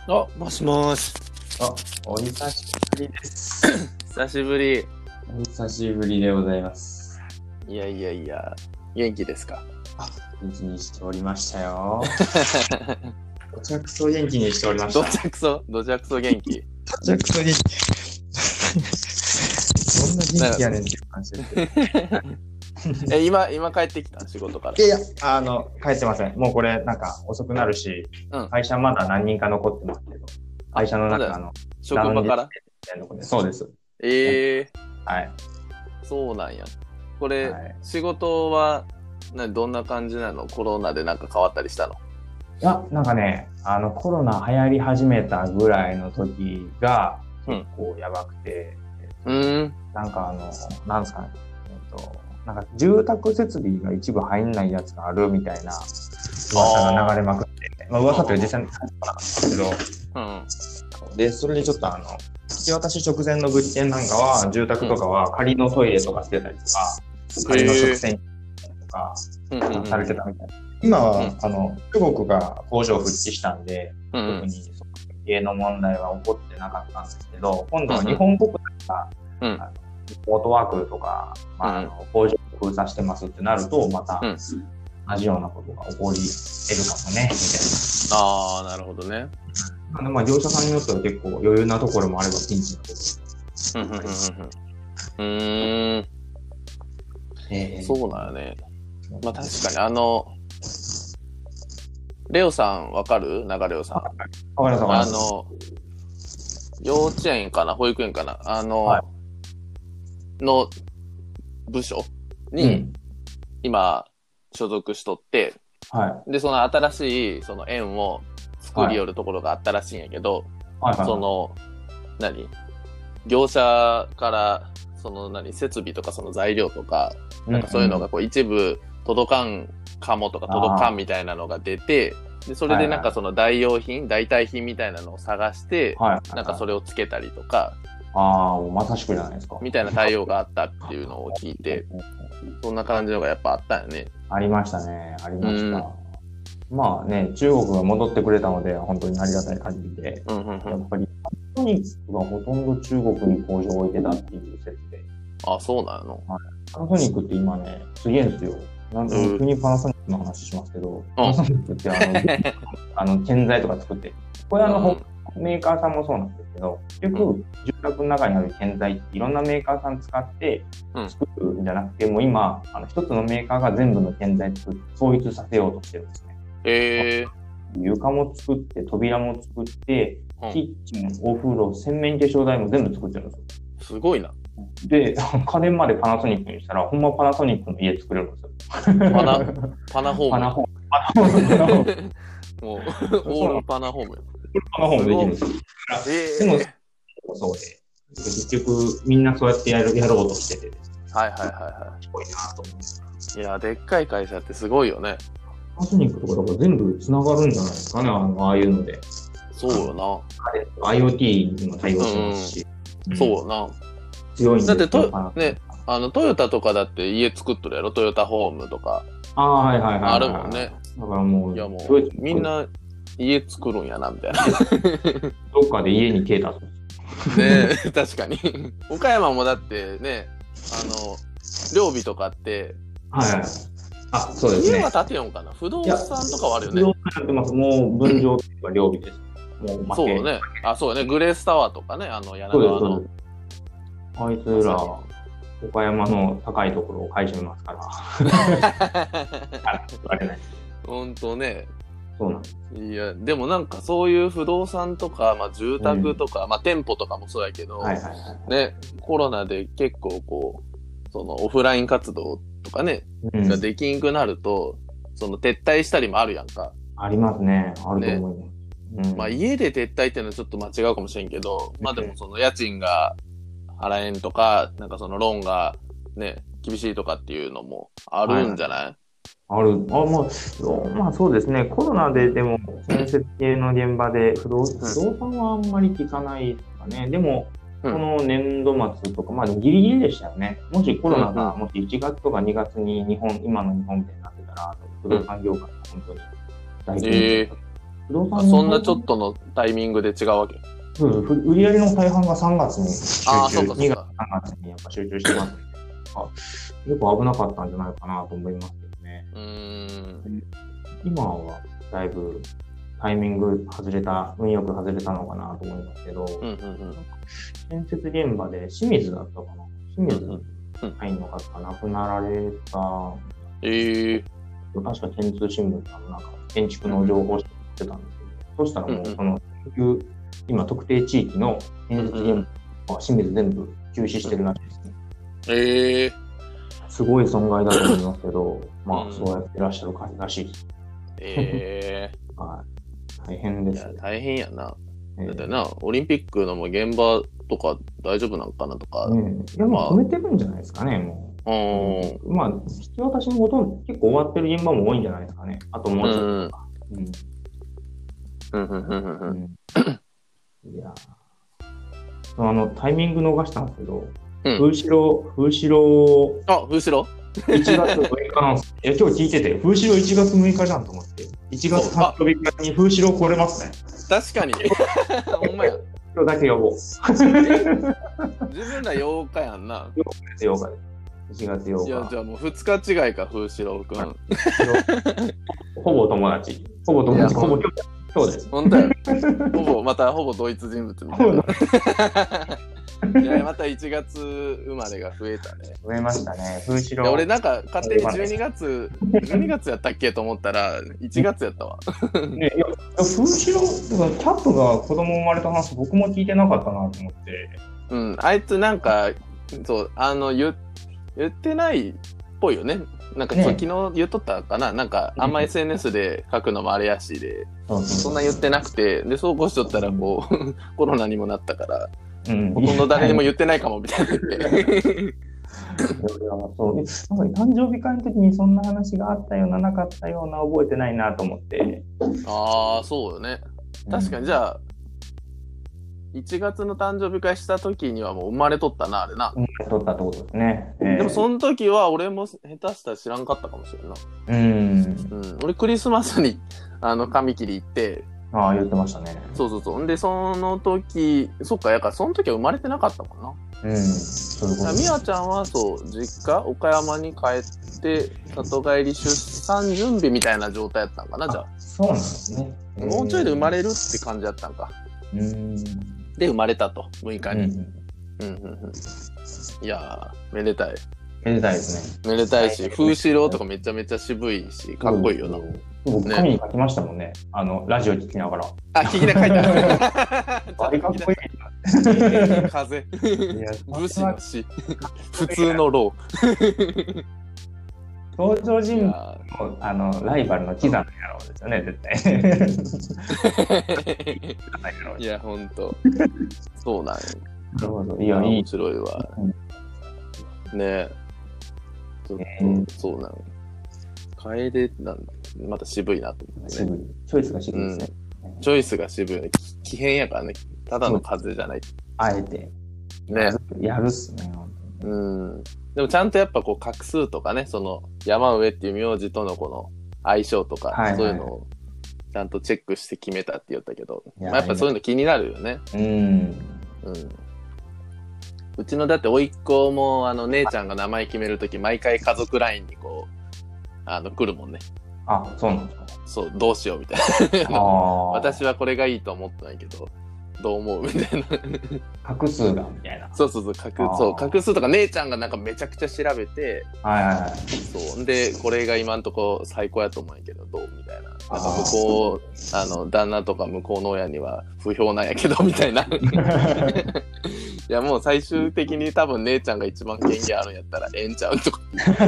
あ、もしもーし。 あ、お久しぶりです。 久しぶり。 お久しぶりでございます。 いやいやいや、元気ですか？ 元気にしておりましたよ。どちゃくそ元気にしておりました。 どちゃくそ元気。 どちゃくそ元気。どんな元気やねんっていう感じで。 今帰ってきた仕事から。 いや、帰ってません。もうこれ、遅くなるし、会社まだ何人か残ってますけど、会社の中職場からそうです。 はい。そうなんや。これ、仕事はどんな感じなの？コロナでなんか変わったりしたの？ いや、コロナ流行り始めたぐらいの時が結構やばくて、なんですかね、住宅設備が一部入んないやつがあるみたいな噂が流れまくって、噂という実際に入ってこなかったんですけど、で、それでちょっと引き渡し直前の物件なんかは、住宅とかは仮のトイレとかしてたりとか、仮の食洗機とかされてたみたいな。今は、中国が工場復帰したんで、特に家の問題は起こってなかったんですけど、今度は日本国内が、リモートワークとか、工場を封鎖してますってなると、また同じようなことが起こり得るかもね、みたいな。 ああ、なるほどね。 業者さんによっては結構余裕なところもあればピンチなところ。 そうなんよね。まあ確かにレオさんわかる？長レオさん。 わかります。 幼稚園かな保育園かなの部署に今所属しとって、で、その新しいその園を作り寄るところがあったらしいんやけど、業者から設備とかその材料とか、そういうのがこう一部届かんかもとか届かんみたいなのが出て、でそれでその代替品みたいなのを探して、それをつけたりとか、 まさしくじゃないですか。 みたいな対応があったっていうのを聞いて、そんな感じのがやっぱあったよね。 ありましたね。ありました。まあね、中国が戻ってくれたので、本当にありがたい限りで、やっぱりパナソニックがほとんど中国に工場を置いてたっていう説で。 あ、そうなの？ パナソニックって今ね、すげえんですよ。急にパナソニックの話しますけど、パナソニックって建材とか作って、これメーカーさんもそうなんですけど、結局、住宅の中にある建材っていろんなメーカーさん使って作るんじゃなくて、もう今、一つのメーカーが全部の建材作って統一させようとしてるんですね。床も作って、扉も作って、キッチン、お風呂、洗面化粧台も全部作ってるんですよ。 すごいな。 で、家電までパナソニックにしたら、ほんまパナソニックの家作れるんですよ。 パナホーム。もう、オールパナホームや。 パナホームできるんですよ。でも、そうで。結局、みんなそうやってやろうとしてて。 すごいなと思う。いや、でっかい会社ってすごいよね。 パナソニックとかだから全部繋がるんじゃないですかね、ああいうので。 そうよな。 IoT にも対応してますし。 そうよな。 強いんですよ。 だってトヨタとかだって家作っとるやろ？トヨタホームとか。あるもんね。 だからもう、 いやもう、みんな家作るんやな、みたいな。 どっかで家にケータねえ、確かに。岡山もだってね、両備とかって、 そうですね。 家は建てよんかな？不動産とかはあるよね。 不動産やってます。もう分譲とか両備です。もうそうよね。そうよね。グレースタワーとかね、柳川の。 あいつら、岡山の高いところを買い占めますから。 ほんとね。 そうなんです。 いや、でもそういう不動産とか、住宅とか、店舗とかもそうやけど、ね、コロナで結構そのオフライン活動とかね、ができんくなると、その撤退したりもあるやんか。 ありますね。あると思います。家で撤退っていうのはちょっと違うかもしれんけど、でもその家賃が払えんとか、そのローンがね、厳しいとかっていうのもあるんじゃない？ まあそうですね。コロナででも、建設系の現場で不動産はあんまり聞かないですかね。でも、この年度末とか、ギリギリでしたよね。もしコロナが、もし1月とか2月に今の日本みたいになってたら、不動産業界は本当に大変不動産そんなちょっとのタイミングで違うわけ？ 売り上げの大半が3月に集中、2月、3月にやっぱ集中してますので、結構危なかったんじゃないかなと思いますけどね。今はだいぶタイミング外れた、運よく外れたのかなと思いますけど、建設現場で清水だったかな。清水入んの方が亡くなられた。確か建通新聞さんのなんか建築の情報を知ってたんですけど、そしたらもうその今特定地域の建設現場は清水全部休止してるらしいですね。すごい損害だと思いますけど、まあそうやってらっしゃるらしいです。大変です、ね。 大変やな。だってな、オリンピックのも現場とか大丈夫なのかなとか。 いや、もう止めてるんじゃないですかね、もう。まあ、引き渡しもほとんど結構終わってる現場も多いんじゃないですかね。あともうちょっとか。いや、タイミング逃したんですけど、風代1月6日なんです。いや、今日聞いてて、風代1月6日じゃんと思って。1月誕生日会に風代来れますね。 確かに。ほんまや。 今日だけ呼ぼう。 自分ら8日やんな。 8日です。1月8日。 いや、じゃあもう2日違いか、風代くん。 ほぼ友達。ほぼ兄弟です。 本当や。ほぼ同一人物みたいな。いや、また1月生まれが増えたね。 増えましたね。風代。 俺なんか勝手に12月やったっけと思ったら1月やったわ。 ね、いや風代、キャップが子供生まれた話僕も聞いてなかったなと思って。 あいつなんか、そう言ってないっぽいよね。なんか昨日言っとったかな、なんかあんま SNS で書くのもあれやしで、そんな言ってなくて、でそうこうしとったらこうコロナにもなったから、ほとんど誰にも言ってないかもみたいな。 そうなんか誕生日会の時にそんな話があったようななかったような覚えてないなと思って。 そうよね。確かにじゃあ。1月の誕生日会した時にはもう生まれとったな、あれな。 生まれとったってことですね。 でもその時は俺も下手したら知らんかったかもしれんな。俺クリスマスに髪切り行って。 言ってましたね。 そう。で、その時、そっか、その時は生まれてなかったもんな。みやちゃんは実家、岡山に帰って、里帰り出産準備みたいな状態やったんかな、じゃあ。 そうなんですね。 もうちょいで生まれるって感じやったんか。で、生まれたと、6日に。いやー、めでたい。 めでたいですね。 めでたいし、風刺郎とかめちゃめちゃ渋いし、かっこいいよな。 僕、紙に書きましたもんね。ラジオ聞きながら。 聞きながら書いた。あれかっこいい。風。武士の死。普通の郎。 登場人物のライバルのキザの野郎ですよね、絶対。 いや、ほんと。そうなんよ。 なるほど。いや、 面白いわ。ねえ。ちょっと、そうなの。楓また渋いなと思って。 渋い。チョイスが渋いですね。 チョイスが渋いね。奇変やからね。ただの風じゃない。 あえて。 ね。 やるっすね。 でもちゃんとやっぱこう画数とかね、その山上っていう名字とのこの相性とか、そういうのをちゃんとチェックして決めたって言ったけど、やっぱそういうの気になるよね。うちのだって甥っ子も姉ちゃんが名前決めるとき毎回家族ラインにこう来るもんね。 そうなんですか。 そうどうしようみたいな。私はこれがいいと思ってないけど。どう思うみたいな。 画数がみたいな。 そう画数とか姉ちゃんがなんかめちゃくちゃ調べて、そうでこれが今んとこ最高やと思うんやけどどうみたいな。なんか向こう旦那とか向こうの親には不評なんやけどみたいな。いやもう最終的に多分姉ちゃんが一番権限あるんやったらええんちゃうとか。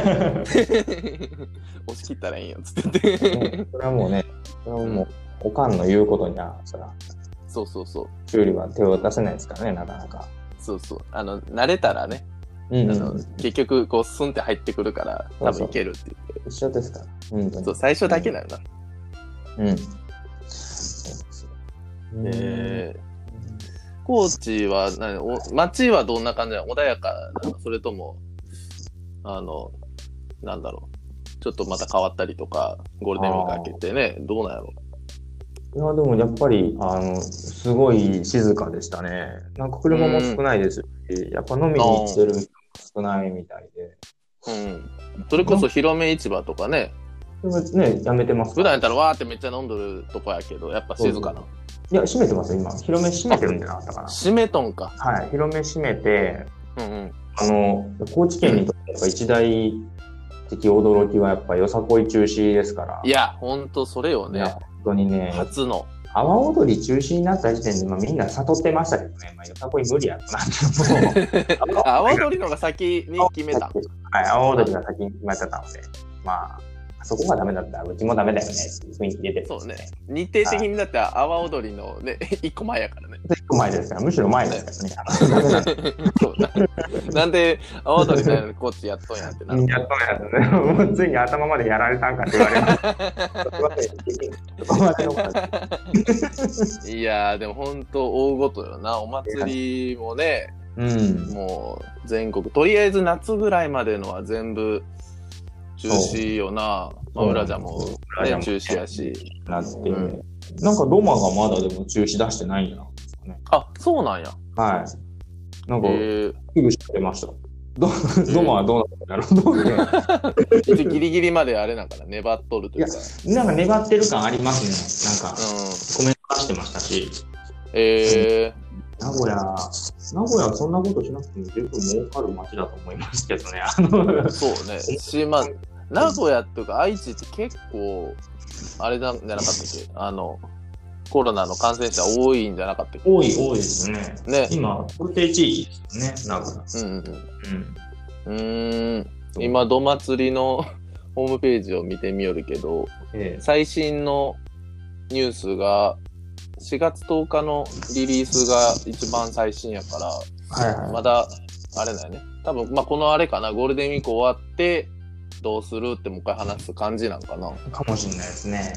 押し切ったらええんよつってて。 それはもうね、それはもうおかんの言うことにはそら。 そう。 修理は手を出せないですからね、なかなか。 慣れたらね、結局こうスンって入ってくるから多分いけるって言って。 一緒ですから。 そう、最初だけだよな。高知は街はどんな感じなの？穏やかなの？それともなんだろう、ちょっとまた変わったりとか、ゴールデンウィーク明けてね、どうなんやろう。 いや、でもやっぱり、すごい静かでしたね。なんか車も少ないですし、やっぱ飲みに行ってる人も少ないみたいで。 うん。それこそ広め市場とかね。 ね、やめてますか？ 普段やったらわーってめっちゃ飲んどるとこやけど、やっぱ静かな。 いや、閉めてますよ、今。広め閉めてるんじゃなかったかな。 閉めとんか。 はい、広め閉めて、 うんうん。 高知県にとってやっぱ一大的驚きはやっぱよさこい中止ですから。 いや、ほんとそれよね。 本当にね。 初の。 阿波踊り中止になった時点で、まあ、みんな悟ってましたけどね、まあ、よさこい無理やったなって。 阿波踊りのが先に決めた。 はい、阿波踊りが先に決まってたので、まあ、そこがダメだったらうちもダメだよねっていう雰囲気出てる、 そうね。日程的にだって阿波踊りのね、一個前やからね。 一個前ですから、むしろ前ですからね。 そうなんで阿波踊りなのにコーチやっとんやってなる。 やっとんやね。もうついに頭までやられたんかって言われます。 いやー、でも本当大ごとよな。お祭りもね、もう全国、とりあえず夏ぐらいまでのは全部中止よな。まあ、裏じゃもう、ね、中止やし。 なって、なんかロマがまだでも中止出してないんや、 ね。あ、そうなんや。 はい。なんか、すぐ知ってました。ドマはどうなるんだろう。 一応ギリギリまであれなんかな、粘っとるというか。 なんか粘ってる感ありますね。なんか、コメント出してましたし。名古屋はそんなことしなくても十分儲かる街だと思いますけどね。 そうね。まあ、名古屋とか愛知って結構、あれなんじゃなかったっけ？コロナの感染者多いんじゃなかったっけ？ 多いですね。ね。今、特定地域ですよね、名古屋。 今、ど祭りのホームページを見てみよるけど、最新のニュースが、4月10日のリリースが一番最新やから、まだ、あれだよね。多分、まあ、このあれかな、ゴールデンウィーク終わって、どうするってもう一回話す感じなんかな。 かもしれないですね。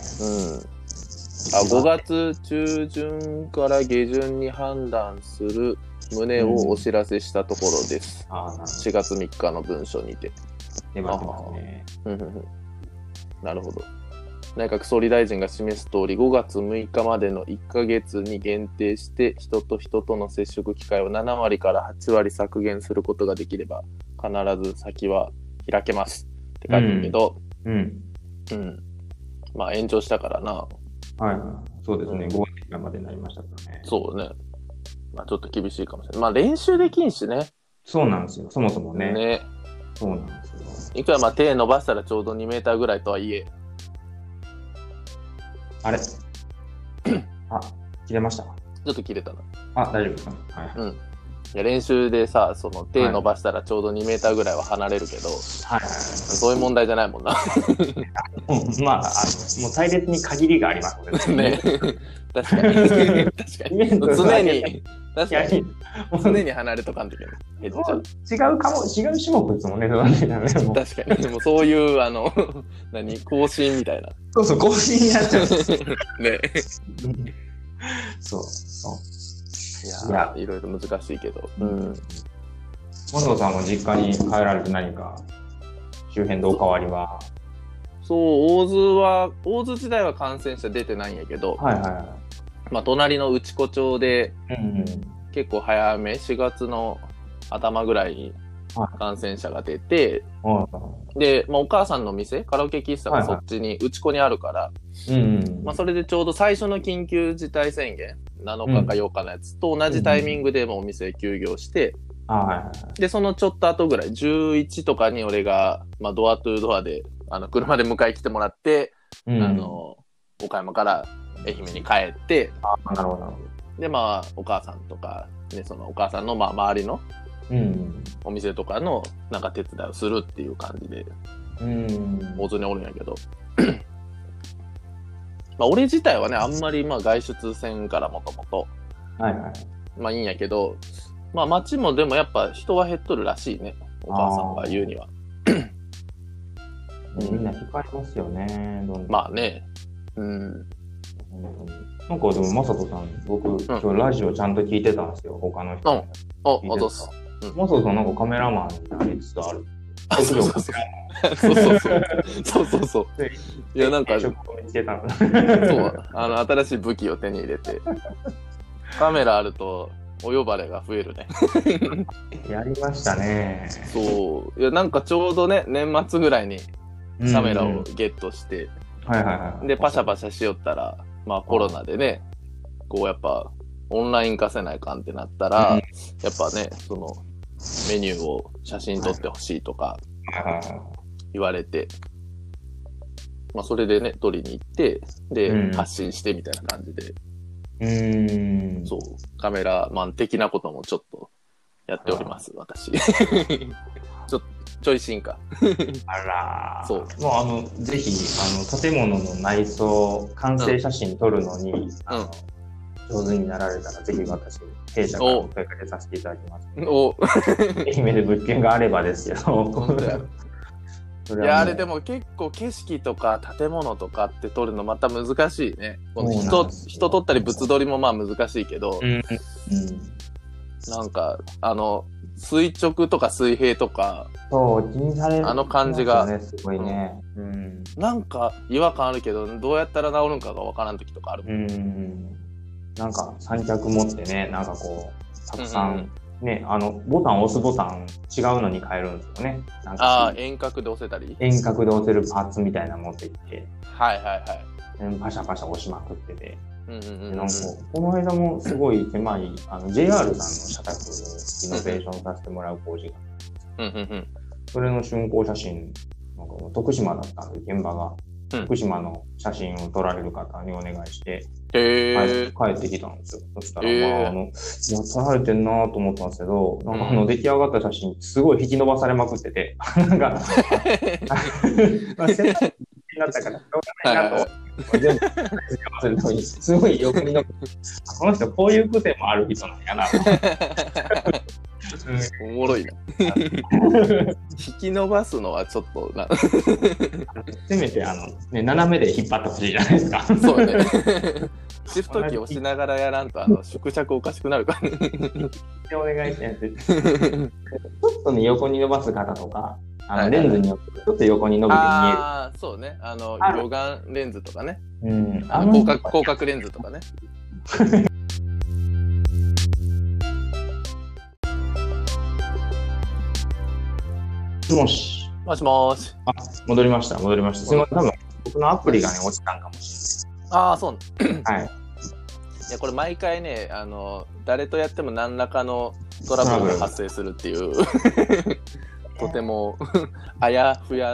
5月中旬から下旬に判断する旨をお知らせしたところです。4月3日の文書にて。 粘ってますね。 なるほど。内閣総理大臣が示す通り、5月6日までの1ヶ月に限定して、人と人との接触機会を7割から8割削減することができれば、必ず先は開けますって書いてるけど、まあ延長したからな。 はい、そうですね。5月までになりましたからね。 そうね。まあちょっと厳しいかもしれない。まあ練習できんしね。 そうなんですよ。そもそもね。 ね。 そうなんですよ。 いくらまあ手伸ばしたらちょうど2メーターぐらいとはいえ。 あれ切れました？ちょっと切れたな。 大丈夫ですか？ はい。いや練習でさ、その手伸ばしたらちょうど2メーターぐらいは離れるけど、そういう問題じゃないもんな。 まあ、もう隊列に限りがありますね。確かに。常に離れとかんときに。 違う種目ですもんね、 確かに。もうそういう、更新みたいな。 そう、更新になっちゃう。 ね。 そう。 いや、いろいろ難しいけど。 本藤さんも実家に帰られて何か周辺でお変わりは？ そう、大津時代は感染者出てないんやけど、まあ隣の内子町で結構早め、4月の頭ぐらいに感染者が出て、で、まあお母さんの店、カラオケ喫茶がそっちに、内子にあるから、まあそれでちょうど最初の緊急事態宣言、7日か8日のやつと同じタイミングでもうお店休業して、で、そのちょっと後ぐらい、11とかに俺が、まあドアトゥードアで、車で迎え来てもらって、岡山から愛媛に帰って、で、まあ、お母さんとか、ね、そのお母さんの、まあ、周りの、お店とかの、なんか手伝いをするっていう感じで、大津におるんやけど、まあ、俺自体はね、あんまり、まあ、外出せんからもともと、まあ、いいんやけど、まあ、街もでもやっぱ人は減っとるらしいね、お母さんが言うには。 みんな控えますよね、どんどん。 まあね。 なんかでも、まさとさん、僕、今日ラジオちゃんと聞いてたんですよ、他の人。 あ、どうす。 まさとさん、なんかカメラマンになりつつある。 そうそうそう。そうそうそう。そうそうそう。いや、なんか、そう、新しい武器を手に入れて、カメラあると、お呼ばれが増えるね。 やりましたね。 そう。いや、なんかちょうどね、年末ぐらいにカメラをゲットして、で、パシャパシャしよったら、まあコロナでね、こうやっぱ、オンライン化せないかんってなったら、やっぱね、その、メニューを写真撮ってほしいとか言われて、まあそれでね、撮りに行って、で、発信してみたいな感じで、そう、カメラマン的なこともちょっとやっております、私。ちょい進化。 あらー。そう。もうぜひ、建物の内装、完成写真撮るのに、上手になられたら、ぜひ私、弊社からお声掛けさせていただきます。愛媛で物件があればですけど。 いや、あれでも結構景色とか建物とかって撮るのまた難しいね。この人撮ったり物撮りもまあ難しいけど、なんか、垂直とか水平とか、 そう、気にされる、 あの感じが、 すごいね。 なんか違和感あるけど、どうやったら治るんかがわからん時とかあるもん。 なんか三脚持ってね、なんかこう、たくさん、ね、ボタン押すボタン違うのに変えるんですよね。なんか遠隔で押せたり？ 遠隔で押せるパーツみたいなの持ってきて。 はいはいはい。 パシャパシャ押しまくってて。なんかこの間もすごい狭いJR さんの社宅をイノベーションさせてもらう工事が、それの竣工写真、なんか徳島だったんで現場が、徳島の写真を撮られる方にお願いして、帰ってきたんですよ。そしたら、いや、撮られてんなと思ったんですけど、なんか出来上がった写真、すごい引き伸ばされまくってて、なんか、まあ、狭いだったから、しょうがないなと。全部すごい横に伸びて、この人こういう癖もある人なんやな。 おもろいな。引き伸ばすのはちょっとな。 せめて斜めで引っ張ってほしいじゃないですか。 そうね。シフトキー押しながらやらんと縮尺おかしくなるからね。 お願いします。ちょっとね横に伸ばす方とか。レンズによってちょっと横に伸びて見える。 ああ、そうね。魚眼レンズとかね。広角レンズとかね。 もしもし。 戻りました。すみません。多分僕のアプリがね落ちたんかもしれない。ああ、そう。 はい。 いや、これ毎回ね、誰とやっても何らかのトラブルが発生するっていう。とても危うい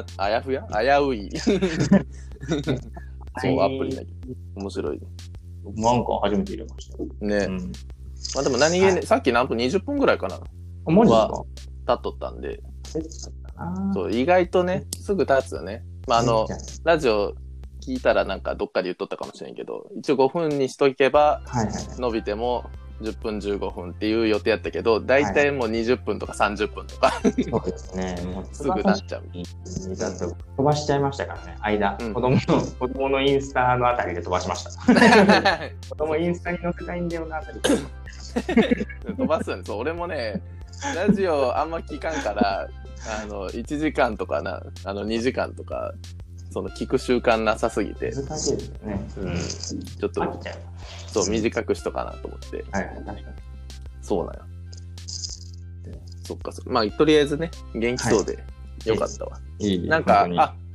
そうアプリだけど面白いね。 僕もアンカー初めて入れましたね。まあでも何気に、さっき何分20分ぐらいかな。 マジですか？ 経っとったんで。そう意外とねすぐ経つよね。まあラジオ聞いたらなんかどっかで言っとったかもしれんけど、一応5分にしとけば伸びても10分15分っていう予定やったけど、だいたいもう20分とか30分とか、そうですね。もうすぐなっちゃう。 だって飛ばしちゃいましたからね。子供のインスタのあたりで飛ばしました。子供インスタに載せたいんだよなあたり。 飛ばすよね。そう、俺もね、ラジオあんま聞かんから、1時間とか2時間とか、聞く習慣なさすぎて。 難しいですよね。 ちょっと、そう、短くしとかなと思って。 はい、確かに。 そうなんよ。そっか、まあ、とりあえずね、元気そうでよかったわ。なんか、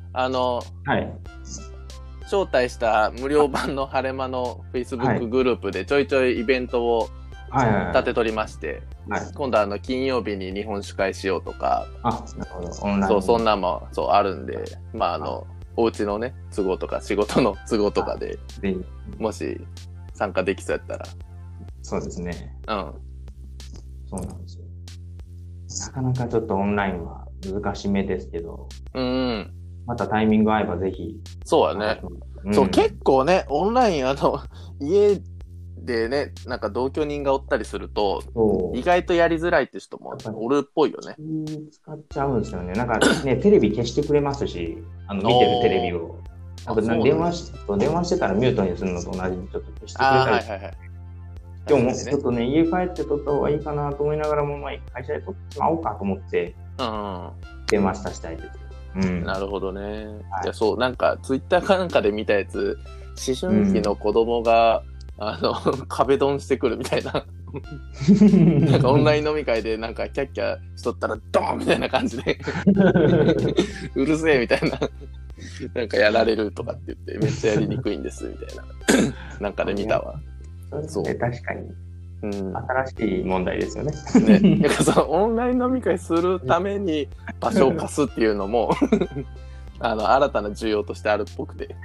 招待した無料版の晴れ間の Facebook グループでちょいちょいイベントを立て取りまして、今度金曜日に日本酒会しようとか、 なるほど。オンライン。 そう、そんなもあるんで、まあお家のね都合とか仕事の都合とかで、もし参加できそうやったら。 そうですね。そうなんですよ。なかなかちょっとオンラインは難しめですけど、またタイミング合えばぜひ。 そうやね。そう、結構ね、オンライン家でね、なんか同居人がおったりすると、意外とやりづらいって人もおるっぽいよね。 使っちゃうんですよね。なんかね、テレビ消してくれますし、見てるテレビを。多分電話してたらミュートにするのと同じにちょっと消してくれたり。今日もちょっとね、家帰って撮った方がいいかなと思いながらも、会社で撮ってしまおうかと思って、 出ましたしたいです。うん。 なるほどね。 はい、 いや、そう、なんか、ツイッターかなんかで見たやつ、思春期の子供が、壁ドンしてくるみたいな。なんかオンライン飲み会でなんかキャッキャしとったらドーンみたいな感じでうるせえみたいななんかやられるとかって言ってめっちゃやりにくいんですみたいななんかで見たわ。 そう。確かに。 うん、 新しい問題ですよね。 ね、なんかそのオンライン飲み会するために場所を貸すっていうのも新たな需要としてあるっぽくて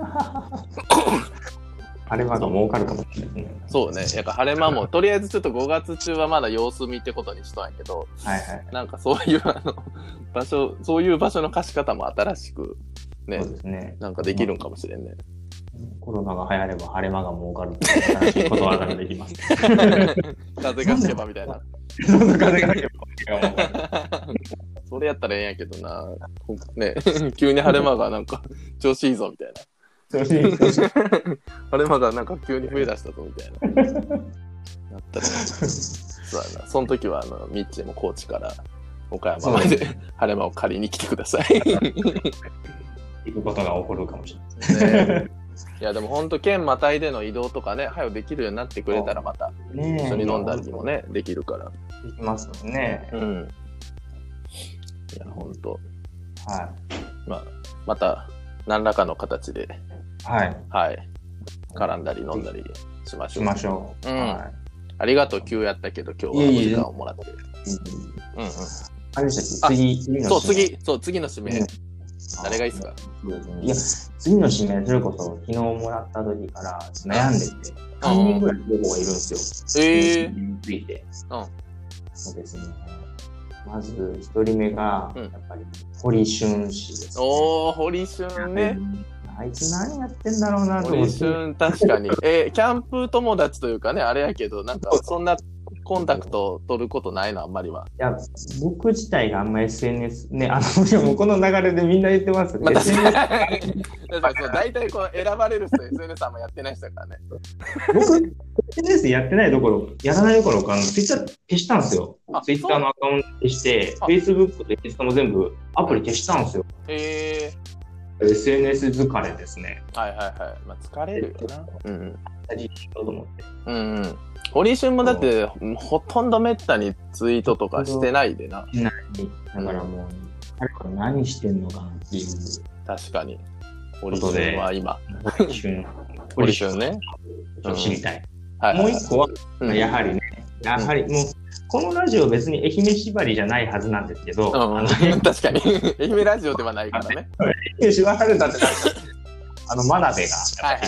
晴れ間が儲かるかもしれないね。 そうね。やっぱ晴れ間も、とりあえずちょっと5月中はまだ様子見ってことにしとんやけど、 はいはい。 なんかそういう場所、そういう場所の貸し方も新しくね、 そうですね。 なんかできるんかもしれんね。 コロナが流行れば晴れ間が儲かるっていう新しいことわざができます。 風が吹けばみたいな。 そんな風が吹けば儲かる。 それやったらええんやけどな。ね、急に晴れ間がなんか調子いいぞみたいな。晴れ間がなんか急に増えだしたぞみたいな。なったら、そうやな。その時はミッチーも高知から岡山まで晴れ間を借りに来てください。 行くことが起こるかもしれないですね。 いやでも本当県またいでの移動とかね、早くできるようになってくれたらまた一緒に飲んだりもねできるから。 できますよね。 うん。いや本当。 はい。 また何らかの形で。 はい。 はい。絡んだり飲んだりしましょう。 しましょう。 うん。 はい、 ありがとう、急やったけど、今日はお時間をもらって。うんうん。 あれでしたっけ？次の次の指名。誰がいいっすか？ いや、次の指名、それこそ昨日もらった時から悩んでて、3人ぐらい候補がいるんですよ。について。そうですね。まず1人目が、やっぱり、堀俊氏です、ね。 おー、堀俊ね。 あいつ何やってんだろうなと思って。 堀俊、確かに。キャンプ友達というかね、あれやけど、なんか、そんなコンタクト取ることないの、あんまりは。 いや、僕自体があんま SNS、ね、もうこの流れでみんな言ってますね。 まあ、確かに。大体こう選ばれる人、SNS あんまやってない人だからね。 僕、SNS やってないどころ、やらないどころか、Twitter 消したんですよ。Twitter のアカウント消して、Facebook とインスタも全部アプリ消したんですよ。SNS 疲れですね。 はいはいはい。まあ、疲れるよな。うん。 と思って。 うんうん。堀俊もだって、ほとんどめったにツイートとかしてないでな。 だからもう、彼は何してんのかなっていう。 確かに。堀俊は今。 堀俊ね。 知りたい。 はい、 もう一個は、やはりね、もう、このラジオ別に愛媛縛りじゃないはずなんですけど、 確かに。愛媛ラジオではないからね。 愛媛縛られたって真鍋が、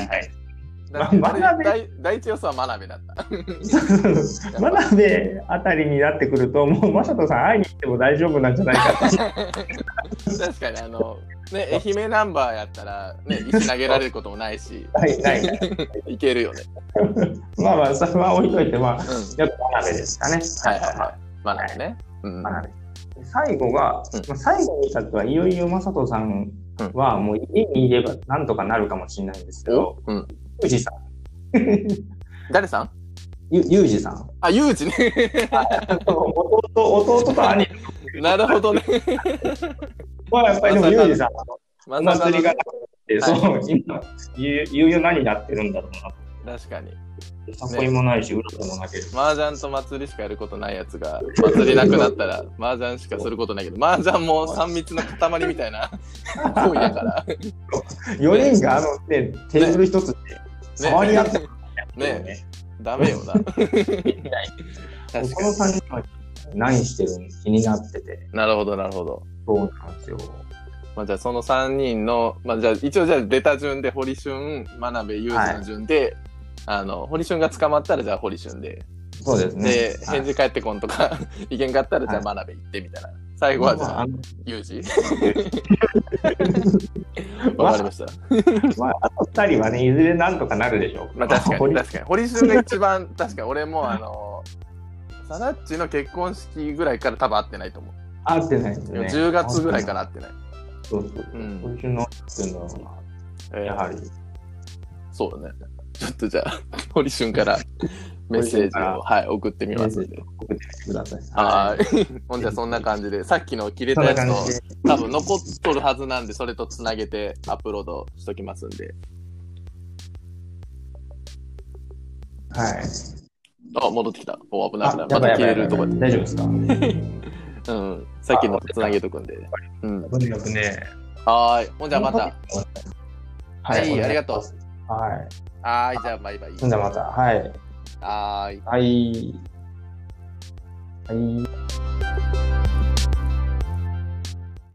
第一予想は真鍋だった。 真鍋あたりになってくると、もう正人さん会いに行っても大丈夫なんじゃないかって。 確かにね、愛媛ナンバーやったら、ね、石投げられることもないし、いけるよね。 まあまあ、それは置いといて、やっぱ真鍋ですかね。 はいはいはい。真鍋ね。 真鍋。最後が、最後に至ってはいよいよ正人さんはもう家にいればなんとかなるかもしれないんですけど、ユージさん。 誰さん？ ユージさん。 あ、ユージね。 弟と兄。 なるほどね。 まあやっぱりでもユージさん、お祭りがなくて、そう、今、いよいよ何やってるんだろうな。確かに。 誘いもないし、裏でもなければ。 麻雀と祭りしかやることないやつが、祭りなくなったら、麻雀しかすることないけど、麻雀も3密の塊みたいな行為だから。 4人がテーブル一つで触り合ってね。ダメよな。この3人は何してるの気になってて。 なるほど、なるほど。 そうなんですよ。 まあ、じゃあその3人の、まあ、じゃあ一応じゃあ出た順で堀俊、真鍋、ユージの順で、堀俊が捕まったらじゃあ堀俊で。 そうですね。 で、返事返ってこんとか、いけんかったらじゃあ真鍋行ってみたいな。最後はじゃあ、ユージ。わかりました。 まあ、あと2人はね、いずれなんとかなるでしょう。 まあ確かに。堀俊が一番、確かに俺もサダッチの結婚式ぐらいから多分会ってないと思う。 会ってないですね。 10月ぐらいから会ってない。 そう。堀俊のっていうのは、やはり。 そうだね。 ちょっとじゃあ、堀俊からメッセージを、はい、送ってみますんで。 送ってみてください。 はい。ほんじゃそんな感じで、さっきの切れたやつと多分残っとるはずなんで、それとつなげてアップロードしときますんで。 はい。 あ、戻ってきた。お、危ない危ない。また切れるところで。 大丈夫ですか？ うん。さっきのとつなげとくんで。うん。 とにかくね。 はい。ほんじゃまた。 はい、 ありがとう。 はい。 はい、じゃあバイバイ。 ほんじゃまた。はい。 はい。 はい。はい。